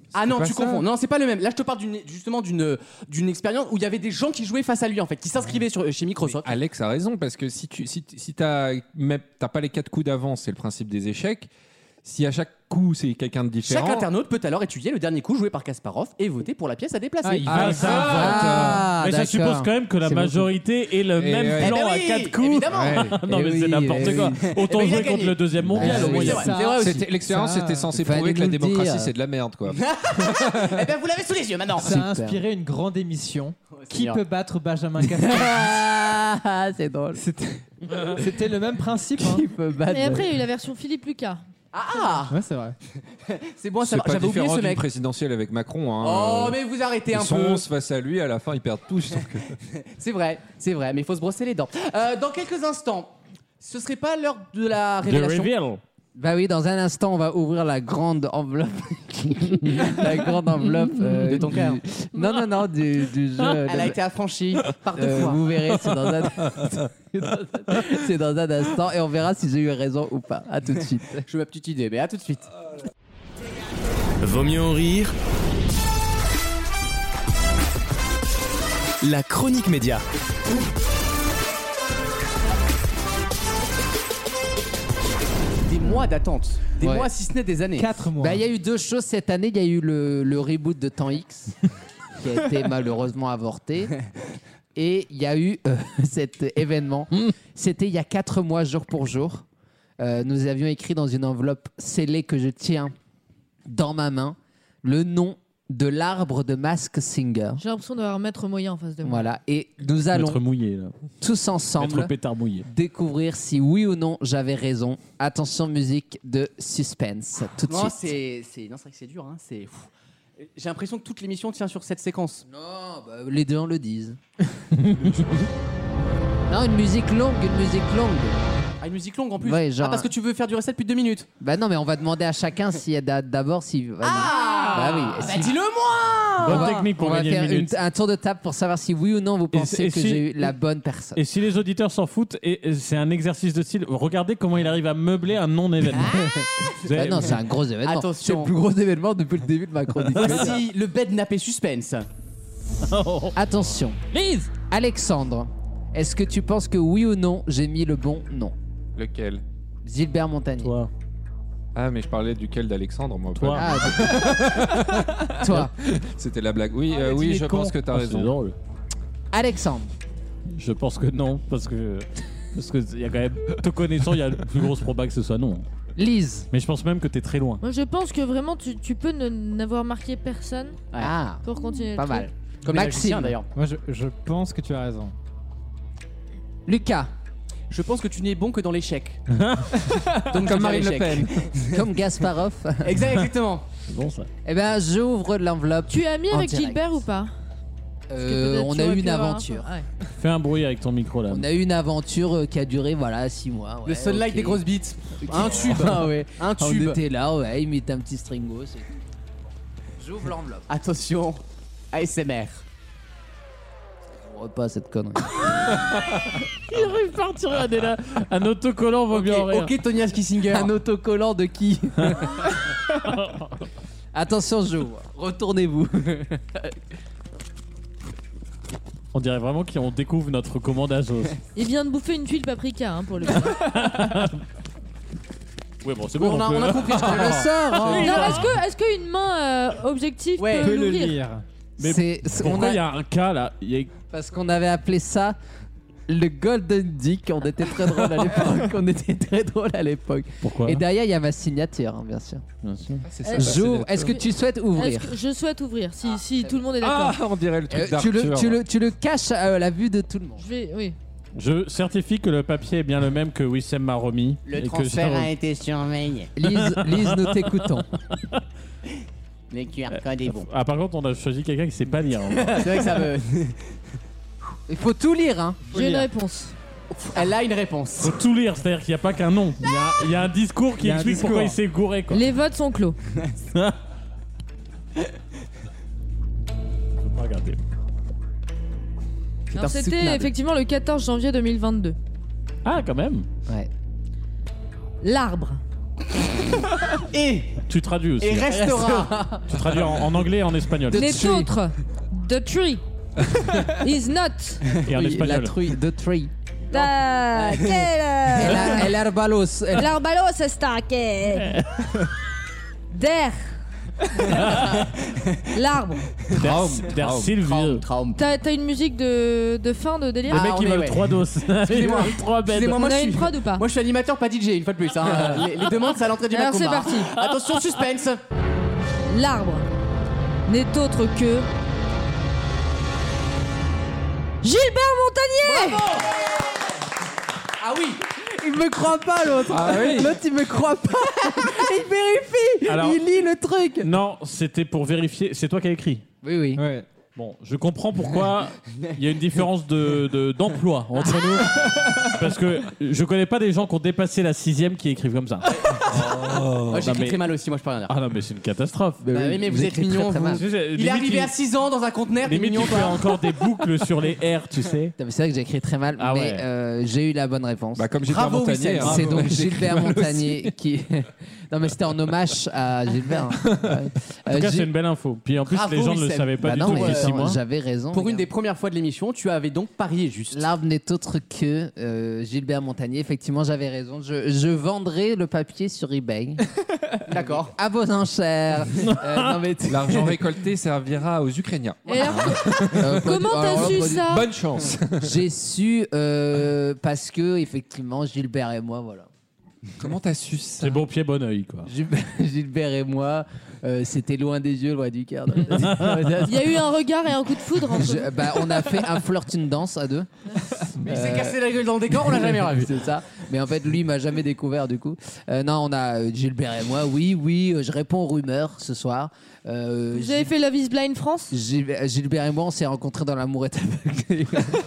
Ah non, tu confonds. Non, c'est pas le même. Là, je te parle justement d'une expérience où il y avait des gens qui jouaient face à lui, en fait, qui s'inscrivaient chez Microsoft. Mais Alex a raison, parce que si t'as pas les 4 coups d'avance, c'est le principe des échecs. Si à chaque coup c'est quelqu'un de différent. Chaque internaute peut alors étudier le dernier coup joué par Kasparov et voter pour la pièce à déplacer. Mais ça suppose quand même que la majorité ait le même plan à 4 coups. Évidemment. Non, mais c'est n'importe quoi. Autant jouer contre le deuxième mondial. L'expérience était censée prouver que la démocratie c'est de la merde, quoi. Eh ben vous l'avez sous les yeux maintenant. Ça a inspiré une grande émission. Qui peut battre Benjamin Kasparov? C'est drôle. C'était le même principe. Qui peut battre. Et après, il y a eu la version Philippe Lucas. Ouais, c'est vrai. C'est bon, c'est pas j'avais oublié différent ce d'une mec. présidentielle avec Macron. Hein. Oh, mais vous arrêtez un ils sont peu. 11 face à lui, à la fin ils perdent tous. C'est vrai, mais il faut se brosser les dents. Dans quelques instants, ce serait pas l'heure de la révélation. Bah oui, dans un instant, on va ouvrir la grande enveloppe. La grande enveloppe de ton cœur. Non, du jeu. Elle a été affranchie par 2 fois. Vous verrez, c'est dans un instant et on verra si j'ai eu raison ou pas. À tout de suite. Je veux ma petite idée, mais à tout de suite. Vaut mieux en rire. La chronique média. Des mois d'attente. Des mois, si ce n'est des années. 4 mois. Bah, il y a eu 2 choses cette année. Il y a eu le reboot de Temps X qui a été malheureusement avorté. Et il y a eu cet événement. C'était il y a 4 mois, jour pour jour. Nous avions écrit dans une enveloppe scellée que je tiens dans ma main le nom de l'arbre de Masked Singer. J'ai l'impression d'avoir Maître Moyen en face de moi. Voilà. Et nous allons mouillé, là. tous ensemble découvrir si oui ou non j'avais raison. Attention, musique de suspense. Tout de suite. C'est vrai que c'est dur. Hein. J'ai l'impression que toute l'émission tient sur cette séquence. Non, bah, les deux en le disent. Non, une musique longue. Ah, une musique longue en plus. Ouais, genre... Ah, parce que tu veux faire durer ça depuis 2 minutes. Bah non, mais on va demander à chacun s'il y a d'abord si. Ah, bah oui. Bah dis-le-moi. Bonne technique pour on va gagner faire une minute. un tour de table pour savoir si oui ou non vous pensez que j'ai eu la bonne personne. Et si les auditeurs s'en foutent, et c'est un exercice de style, regardez comment il arrive à meubler un non-événement. Ah non, c'est un gros événement. Attention. C'est le plus gros événement depuis le début de ma chronique. Voici le bed nappé suspense. Attention. Lise. Alexandre, est-ce que tu penses que oui ou non j'ai mis le bon nom? Lequel? Gilbert Montagnier. Toi. Ah, mais je parlais duquel d'Alexandre, moi. Toi. Ah, toi. C'était la blague. Oui, oui, je pense que t'as raison. C'est drôle. Alexandre. Je pense que non, parce que il y a quand même, te connaissant, il y a le plus grosse proba que ce soit non. Lise. Mais je pense même que t'es très loin. Moi, je pense que vraiment, tu peux n'avoir marqué personne pour continuer. Pas mal. Comme Maxime d'ailleurs. Moi, je pense que tu as raison. Lucas. Je pense que tu n'es bon que dans l'échec. Donc comme Marine Le Pen. Comme Gasparov. Exactement. C'est bon ça. Eh ben, j'ouvre l'enveloppe. Tu as mis avec direct. Gilbert ou pas? On a eu une aventure. Fais un bruit avec ton micro là. On a eu une aventure qui a duré 6 mois. Le sunlight des grosses bites. Un tube. Ah ouais. Un tube. On était là, il mettait un petit stringo. J'ouvre l'enveloppe. Attention, ASMR. Pas cette connerie. Il repartirait là. Un autocollant va bien rire. Ok, Tonya Kissinger. Un autocollant de qui? Attention, j'ouvre. Retournez-vous. On dirait vraiment qu'on découvre notre commande à sauce. Il vient de bouffer une tuile paprika pour le coup. Ouais, bon, c'est bon. On a compris. Je le sors. Non, est-ce qu'une main objective peut le l'ouvrir? lire. Mais pourquoi il y a un cas là? Parce qu'on avait appelé ça le Golden Dick. On était très drôle à l'époque. Pourquoi? Et derrière, il y a ma signature, bien sûr. Bien sûr. C'est ça, J'ouvre. Est-ce que tu souhaites ouvrir? Je souhaite ouvrir, si tout le monde est d'accord. Ah, on dirait le truc d'Arthur. Tu le caches à la vue de tout le monde. Oui. Je certifie que le papier est bien le même que Wissem m'a remis. Le transfert a été surveillé. Lise, nous t'écoutons. Le QR code est bon. Ah, par contre, on a choisi quelqu'un qui sait pas lire. Hein. C'est vrai que ça me... Il faut tout lire, hein. J'ai une réponse. Elle a une réponse. Faut tout lire, c'est-à-dire qu'il n'y a pas qu'un nom. Il y a un discours qui explique pourquoi il s'est gouré. Quoi. Les votes sont clos. Faut pas regarder. Alors, c'était effectivement le 14 janvier 2022. Ah, quand même. Ouais. L'arbre. Et Tu traduis aussi. Et restera. Tu traduis en anglais et en espagnol. N'est autre. The tree is not. Et en Oui, espagnol. La truie, the tree. El arbalos. arbalos está que. Der. L'arbre. Der Silvio. T'as une musique de fin de délire. Le mec, il veut 3 doses. Excusez-moi. 3 bêtes. Excusez-moi, On moi, a je une suis... prod ou pas? moi je suis animateur, pas DJ, une fois de plus. Hein. Les demandes, c'est à l'entrée du Alors, Macumba. c'est parti. Attention, suspense. L'arbre n'est autre que. Gilbert Montagnier. Ah oui. Il me croit pas, l'autre. Ah oui. L'autre, il me croit pas. Il vérifie. Alors- Il lit le truc. Non, c'était pour vérifier. C'est toi qui as écrit. Oui, oui. Ouais. Bon, je comprends pourquoi il y a une différence d'emploi entre nous. Parce que je connais pas des gens qui ont dépassé la 6ème qui écrivent comme ça. Moi, j'écris mais- très mal aussi, moi je peux rien dire. Ah non, mais c'est une catastrophe. Bah oui, mais vous êtes écris mignon, très, très vous. mal. Il est arrivé à 6 ans dans un conteneur, il est Limite, mignon, tu fais toi. encore des boucles sur les R, tu sais. C'est vrai que j'ai écrit très mal, Ah mais ouais. j'ai eu la bonne réponse. Bah, comme Gilbert Bravo, Montagnier. Wissem. hein. C'est donc J'ai écrit Gilbert mal aussi. Montagnier qui. Non, mais c'était en hommage à Gilbert. hein. Ouais. En tout cas, c'est une belle info. Puis en plus, Bravo, les gens ne le Wissem. savaient pas Bah du non, tout mais depuis 6 attends, mois. j'avais raison. Pour une des regarde. premières fois de l'émission, tu avais donc parié juste. L'arbre n'est autre que Gilbert Montagnier. Effectivement, j'avais raison. Je vendrai le papier sur eBay. D'accord. À vos enchères. Non, mais L'argent récolté servira aux Ukrainiens. Et alors, comment t'as alors, su pas ça? Bonne chance. J'ai su parce que effectivement Gilbert et moi, voilà. Comment t'as su ça? C'est bon pied, bon oeil, quoi. Gilbert et moi, c'était loin des yeux, loin du cœur. Il y a eu un regard et un coup de foudre entre vous. On a fait un flirting dance à deux. Mais il s'est cassé la gueule dans le décor, on l'a jamais revu. C'est ça. Mais en fait, lui, il m'a jamais découvert du coup. Non, on a Gilbert et moi. Oui, je réponds aux rumeurs ce soir. Vous avez fait Love is Blind France? Gilbert et moi, on s'est rencontrés dans L'amour est aveugle.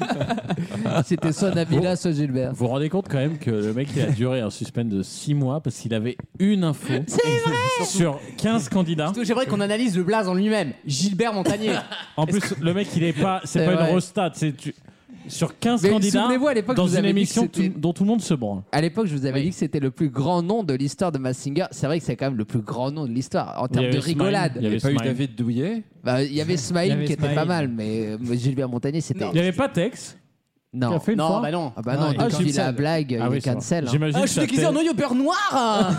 C'était soit Nabila, soit Gilbert. Vous vous rendez compte quand même que le mec il a duré un suspense de 6 mois parce qu'il avait une info sur 15 candidats. Surtout, j'aimerais qu'on analyse le blaze en lui-même. Gilbert Montagnier. En plus, le mec il est pas, c'est pas vrai. une rostat, sur 15 Mais candidats souvenez-vous, à l'époque, dans je vous une avais dit émission que c'était- dont tout le monde se branle. À l'époque, je vous avais Oui. dit que c'était le plus grand nom de l'histoire de Masked Singer. C'est vrai que c'est quand même le plus grand nom de l'histoire en termes de rigolade. Il y avait pas eu Smile. David Douillet. Bah, il y avait Smile Il y avait qui était Smile. pas mal, mais Gilbert Montagnier, c'était. Il y avait pas Tex qui Non. a fait une Non, fois. bah non. Ah bah non, Ah, depuis il la cancel. blague, Ah il oui, est c'est vrai. cancel. hein. J'imagine Ah, que je suis ça déguisé en noyau beurre noir.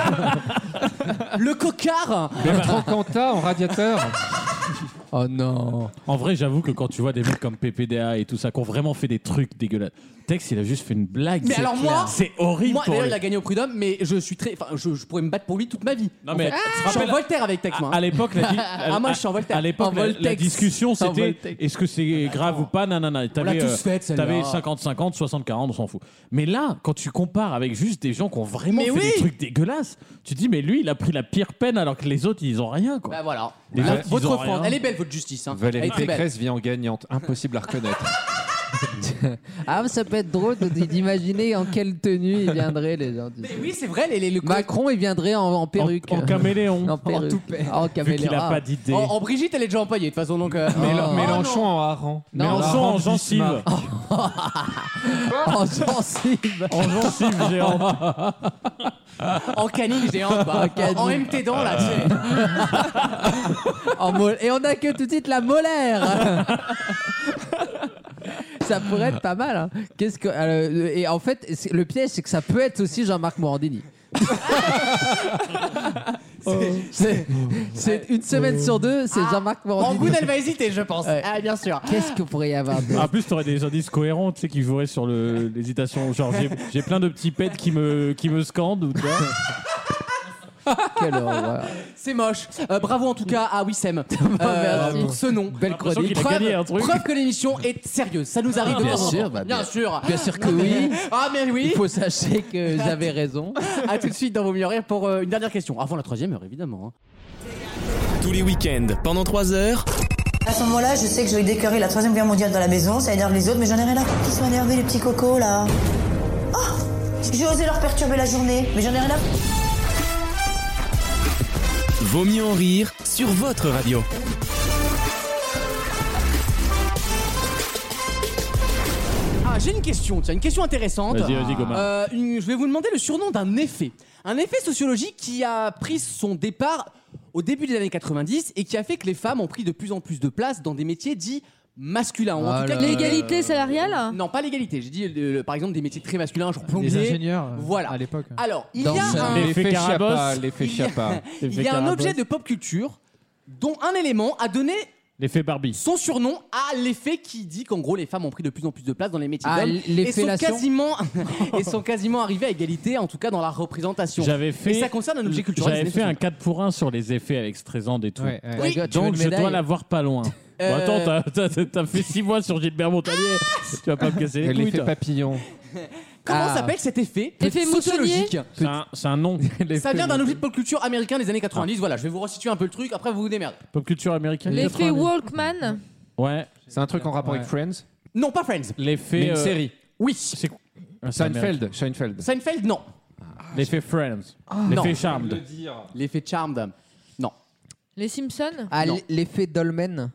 Le cocard. Bertrand Cantat en radiateur. Oh non. En vrai, j'avoue que quand tu vois des mecs comme PPDA et tout ça qui ont vraiment fait des trucs dégueulasses, Tex il a juste fait une blague. Mais c'est alors clair. moi- c'est horrible Moi, pour d'ailleurs, lui. il a gagné au prud'homme, mais je suis très. Enfin, je pourrais me battre pour lui toute ma vie. Non En mais fait. tu te Je suis en rappelles- Voltaire avec Tex, moi. À l'époque, Moi, je suis en Voltaire. À l'époque, En la Voltex. discussion, En c'était Voltex. est-ce que c'est grave ou pas, nanana. On l'a T'avais tous faite, celle-là. t'avais 50-50, 60-40, on s'en fout. Mais là, quand tu compares avec juste des gens qui ont vraiment Mais fait oui. des trucs dégueulasses, tu te dis, mais lui, il a pris la pire peine alors que les autres, ils ont rien, quoi. Bah voilà. Les Voilà, autres, ils votre ont France, rien. elle est belle, votre justice. Hein. Elle Valérie est très belle. Pécresse vient en gagnante. Impossible à reconnaître. Ah, ça peut être drôle d'imaginer en quelle tenue il viendrait, les gens. Mais oui, c'est vrai, le Macron, il viendrait en perruque. En caméléon. En perruque. toupet. En Vu caméléon. qu'il a Ah. pas d'idée. En Brigitte, elle est déjà empaillée de toute façon, donc. Mélenchon en hareng. Non. Mélenchon en gencive. En gencive. En gencive géante. En canine géante, bah. En canine. En MT dents, là, tu sais. Et on a que tout de suite la molaire. Ça pourrait être pas mal. Hein. Et en fait, le piège, c'est que ça peut être aussi Jean-Marc Morandini. C'est une semaine sur deux, c'est Jean-Marc En Morandini. goût, elle va hésiter, je pense. Ouais. Ah, bien sûr. Qu'est-ce qu'il pourrait y avoir de... En plus, t'aurais des indices cohérents, tu sais, qui joueraient sur l'hésitation. Genre, j'ai plein de petits pets qui me scandent, ou tu vois. Quelle horreur. C'est moche. Bravo en tout cas à Wissem Merci. pour ce nom. Belle l'impression chronique. qu'il a gagné un truc. Preuve que l'émission est sérieuse. Ça nous arrive de bien temps en sûr, temps. bah, bien sûr. Bien sûr que oui. Ah mais oui. Il faut sachez que j'avais raison. À tout de suite dans Vaut mieux rire pour une dernière question. Avant la 3e heure, évidemment. Tous les week-ends, pendant 3 heures, À ce moment-là, je sais que je vais déclarer la 3e guerre mondiale dans la maison, ça énerve les autres, mais j'en ai rien à foutre qu'ils sont énervés, les petits cocos, là. Oh, j'ai osé leur perturber la journée, mais j'en ai rien à foutre. Vaut mieux en rire sur votre radio. j'ai une question, tiens, une question intéressante. Vas-y, Goma. Je vais vous demander le surnom d'un effet. Un effet sociologique qui a pris son départ au début des années 90 et qui a fait que les femmes ont pris de plus en plus de place dans des métiers dits masculins. En tout cas, l'égalité salariale? Non, pas l'égalité. J'ai dit, par exemple, des métiers très masculins, genre plombier. Les ingénieurs voilà. à l'époque. Alors, il y a l'effet Chiappa. L'effet Chiappa. Il y a un objet de pop culture dont un élément a donné l'effet Barbie. son surnom à l'effet qui dit qu'en gros les femmes ont pris de plus en plus de place dans les métiers Ah, d'hommes et sont quasiment arrivées à égalité, en tout cas dans la représentation. Et ça concerne un objet culturel. J'avais fait un 4 pour 1 sur les effets avec Streisand et tout. Ouais. Oui. Donc je dois l'avoir pas loin. Bon, attends, t'as fait 6 mois sur Gilbert Montagnier. Tu vas pas me casser les couilles. L'effet papillon. Comment s'appelle cet effet Effet sociologique? C'est un nom. Ça vient d'un objet de pop culture américain des années 90. Voilà, je vais vous resituer un peu le truc, après vous vous démerdez. Pop culture américaine. L'effet Walkman? Ouais. C'est un truc en rapport avec Friends. Non, pas Friends. L'effet. Mais une série. Oui. C'est quoi? Seinfeld. Seinfeld, non. L'effet Friends. Non. L'effet Charmed. L'effet Charmed, non. Les Simpsons? Ah, Non. l'effet Dolmen.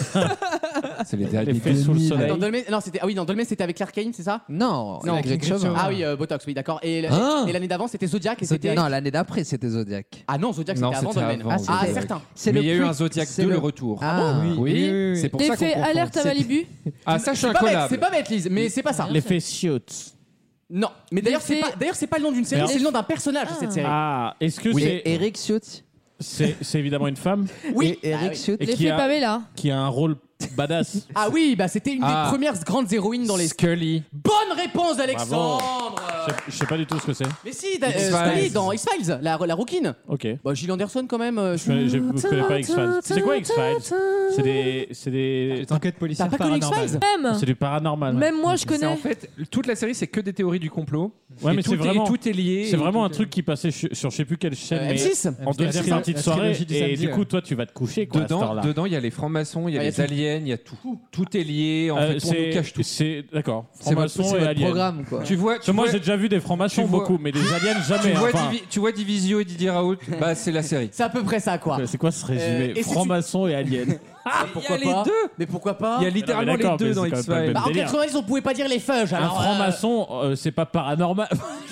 C'est les derniers L'effet sous le soleil. Dans Dolmen, non, c'était dans Dolmen, c'était avec Clark Kane, c'est ça? Non, Non, Greg Chauvin. Ah oui, Botox, oui, d'accord. Et l'année d'avant, c'était Zodiac. Et c'était... Non, l'année d'après, c'était Zodiac. Ah non, Zodiac, Non, c'était avant c'était Dolmen. avant Ah, Zodiac. certain. Mais il y a eu un Zodiac 2, le retour. Ah, oui. C'est pour ça qu'on L'effet confond. Alerte à Malibu? Ah, ça, je suis C'est pas bête, incollable. c'est pas bête, Lise, mais c'est pas ça. L'effet Suits. Non, mais d'ailleurs, c'est pas le nom d'une série, Mais c'est le nom d'un personnage de cette série. Ah, est-ce que c'est Eric Ciotti. c'est évidemment une femme Oui, Eric Ciotti. et L'effet Pamela? qui a un rôle badass. Ah oui, bah c'était une des premières grandes héroïnes dans les. Scully. Bonne réponse, Alexandre. Je sais pas du tout ce que c'est. Mais si, Scully dans X-Files, la rouquine. Ok. Bah, Gilles Anderson quand même. Je connais pas X-Files. C'est quoi X-Files? C'est des enquêtes policières T'as pas connu X-Files? Même. C'est du paranormal. Même moi, je C'est connais. en fait, toute la série, c'est que des théories du complot. Ouais, Et mais tout c'est vraiment. tout est lié. C'est et vraiment tout un truc qui passait sur je sais plus quelle chaîne. mais M6. en deuxième M6, partie de la soirée. trilogie du Et samedi, du coup, ouais. toi, tu vas te coucher quoi, à cette heure-là. Dedans, il y a les francs-maçons, il y a Ah, il y a les tout. aliens, il y a tout. Tout est lié. En fait, on nous cache tout. C'est d'accord. C'est votre, Franc-maçon et votre aliens. programme, quoi. Tu vois, Moi, j'ai déjà vu des francs-maçons tu vois- beaucoup, mais des aliens jamais. tu vois Divisio et Didier Raoult, bah c'est la série. C'est à peu près ça, quoi. C'est quoi ce résumé et si Franc-maçon et aliens. Pourquoi il y a pas les deux. Mais pourquoi pas? Il y a littéralement Non, mais d'accord, les deux mais dans c'est quand même pas le X-Files. Bah, en délire. 90, on pouvait pas dire les feuges. Un Alors, franc-maçon, c'est pas paranormal.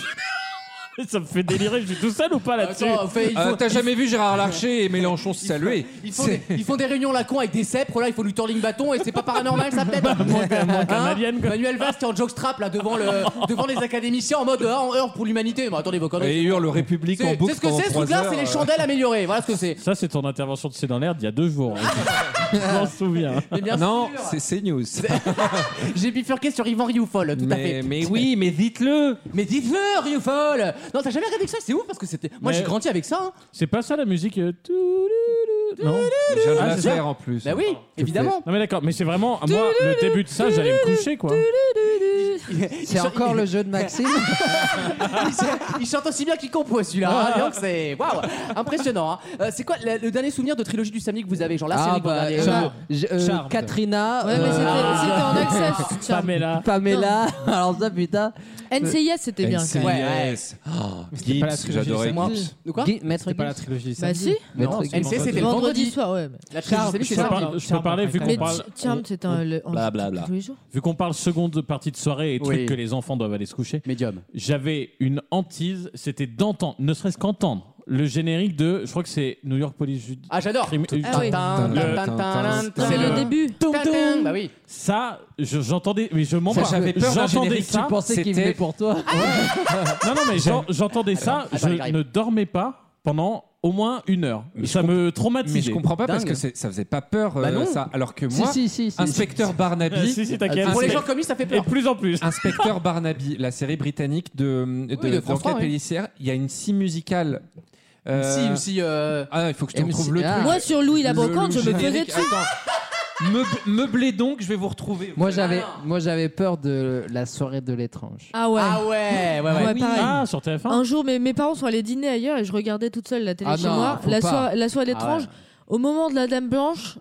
Ça me fait délirer, je suis tout seul ou pas là-dessus? attends, T'as jamais vu Gérard Larcher et Mélenchon se saluer? Ils font des réunions la con avec des cèpes. Là, il faut lui tordre bâton et c'est pas paranormal, ça peut-être. Moins qu'un alien, quoi. Manuel Valls qui est en jockstrap là devant les académiciens en mode en heure pour l'humanité. Mais attendez vos conneries. Et hurle République en C'est boucle ce que pendant c'est ce 3 truc-là, heures. c'est les chandelles améliorées. Voilà ce que c'est. Ça, c'est ton intervention de C'est dans l'air d'il y a 2 jours. Je m'en souviens. Mais bien Non, sûr. c'est CNews. J'ai bifurqué sur Yvan Rioufol, tout à fait. Mais oui, mais dites-le. Mais dites-le, Rioufol. Non, t'as jamais regardé que ça? C'est ouf parce que c'était. Moi, Mais- j'ai grandi avec ça. Hein. C'est pas ça la musique Non. Je viens de Ah, la c'est ça faire en plus. Bah oui, évidemment. Non mais d'accord, mais c'est vraiment moi le début de ça, j'allais me coucher quoi. C'est encore le jeu de Maxime. Il chante aussi bien qu'il compose celui-là. Donc c'est waouh, impressionnant. Hein. C'est quoi le dernier souvenir de trilogie du samedi que vous avez, genre la série que vous regardez Charmed. Katrina. Ouais, mais c'était en access. Pamela. Pamela. Alors ça, putain. NCIS, c'était bien quand même. NCIS. Oh, C'était pas la Gibbs, trilogie j'adorais du samedi. Gibbs. De quoi? Maître C'est pas la Gibbs. trilogie du Bah samedi. si. Maître Non, Gibbs. NC, c'était le Vendredi vendredi. soir, ouais. La trilogie du samedi, c'est samedi. Je peux parler vu qu'on Mais parle Charmed, c'est Blablabla. tous les jours. vu qu'on parle seconde partie de soirée et trucs Oui. que les enfants doivent aller se coucher. Médium. J'avais une hantise, c'était d'entendre, ne serait-ce qu'entendre le générique de, je crois que c'est New York Police Ah, j'adore. Ah oui. C'est C'est le début. Bah oui. Ça, j'entendais, mais je m'en Ça, parle. j'avais peur d'un J'entendais générique. ça. Tu pensais qu'il C'était- venait pour toi. Non, mais j'entendais ça, attends, il je arrive. ne dormais pas pendant au moins 1 heure. Ça me traumatisait. Mais je comprends pas parce Dingue. que ça faisait pas peur Bah non. ça. Alors que moi, Si. Inspecteur Barnaby, Si, t'inquiète. Pour les gens comme lui, ça fait Et peur. de plus en plus. Inspecteur Barnaby, la série britannique de France 3, d'enquête oui. policière, il y a une scie musicale. Si. Ah, il faut que je te MC, retrouve le ah. truc. Moi, sur Louis la Brocante, je me faisais générique. dessus. Attends. Meublez donc, je vais vous retrouver. Moi, j'avais peur de la soirée de l'étrange. Ah ouais. Ah ouais, ouais. Ouais, pareil. Ah, sur TF1. Un jour, mes parents sont allés dîner ailleurs et je regardais toute seule la télé Ah chez non, moi. faut pas. La soirée d'étrange. ouais. Au moment de la Dame Blanche,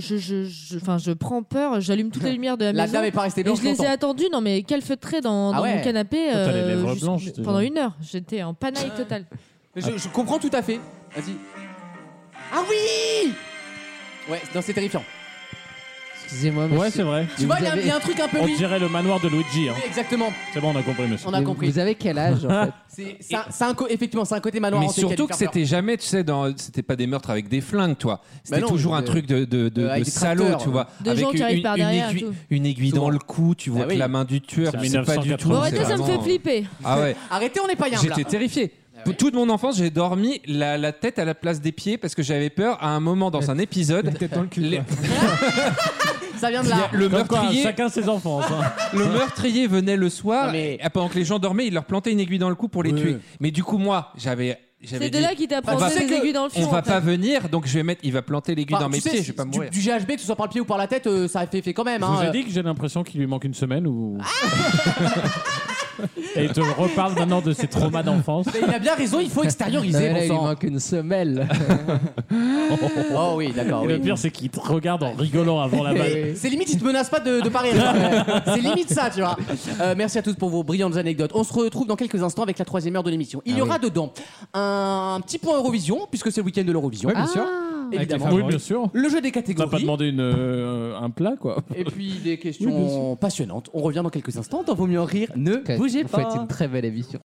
je prends peur, j'allume toutes les lumières de la La maison. dame est pas restée Et blanche je les ai longtemps. attendus, non mais quel feutré dans Ah ouais. mon canapé T'as les lèvres blanches, déjà. pendant 1 heure. J'étais en panaille totale. Je comprends tout à fait. Vas-y. Ah oui. Ouais, non, c'est terrifiant. Excusez-moi, Ouais, monsieur. c'est vrai. Tu vois, il y a un truc un peu. On Oui, dirait le manoir de Luigi. Hein. oui, exactement. C'est bon, on a compris, monsieur. On a compris. Vous avez quel âge en fait? Effectivement, c'est un côté manoir Mais hanté qui a dû surtout que faire peur. c'était jamais, tu sais, c'était pas des meurtres avec des flingues, toi. C'était non, toujours un truc de avec des salaud, tracteurs, tu vois. De gens qui arrivent par derrière et aiguille, tout. une aiguille Souvent. dans le cou, tu vois Ah que oui. la main du tueur, C'est c'est pas du tout. Bon, Ouais, arrêtez, c'est ça me fait vraiment- flipper. Ah ouais. Arrêtez, on n'est pas yam là. J'étais terrifié. Toute mon enfance, j'ai dormi la tête à la place des pieds parce que j'avais peur à un moment dans un épisode. Tête dans le cul. les- Ça vient de là. Le Comme quoi, meurtrier, chacun ses enfants. Hein. le meurtrier venait le soir Non, mais- et pendant que les gens dormaient, il leur plantait une aiguille dans le cou pour les Oui. tuer. Mais du coup, moi, j'avais C'est dit, de là qu'il t'apprend on va- des aiguilles dans le on fion. va en fait. pas venir, donc je vais mettre, il va planter l'aiguille Enfin, dans mes tu sais, pieds, je vais pas mourir. du GHB, que ce soit par le pied ou par la tête, ça a fait effet quand même. Je hein. vous ai dit que j'ai l'impression qu'il lui manque une semaine ou. Et il te reparle maintenant de ses traumas d'enfance. Mais il a bien raison, il faut extérioriser. Ouais, là, bon il sang. manque une semelle. Oh oui, d'accord. Et le oui. pire, c'est qu'il te regarde en rigolant avant la balle. Mais c'est limite, il te menace pas de pas rire. C'est limite ça, tu vois. Merci à tous pour vos brillantes anecdotes. On se retrouve dans quelques instants avec la 3e heure de l'émission. Il y aura dedans un petit point Eurovision, puisque c'est le week-end de l'Eurovision. Oui, bien sûr. Évidemment. Avec les Oui, bien sûr. Le jeu des T'as pas catégories. demandé un plat, quoi. Et puis des questions passionnantes. On revient dans quelques instants. Dans Vaut mieux en rire, ne bougez Vous pas. faites une très belle émission.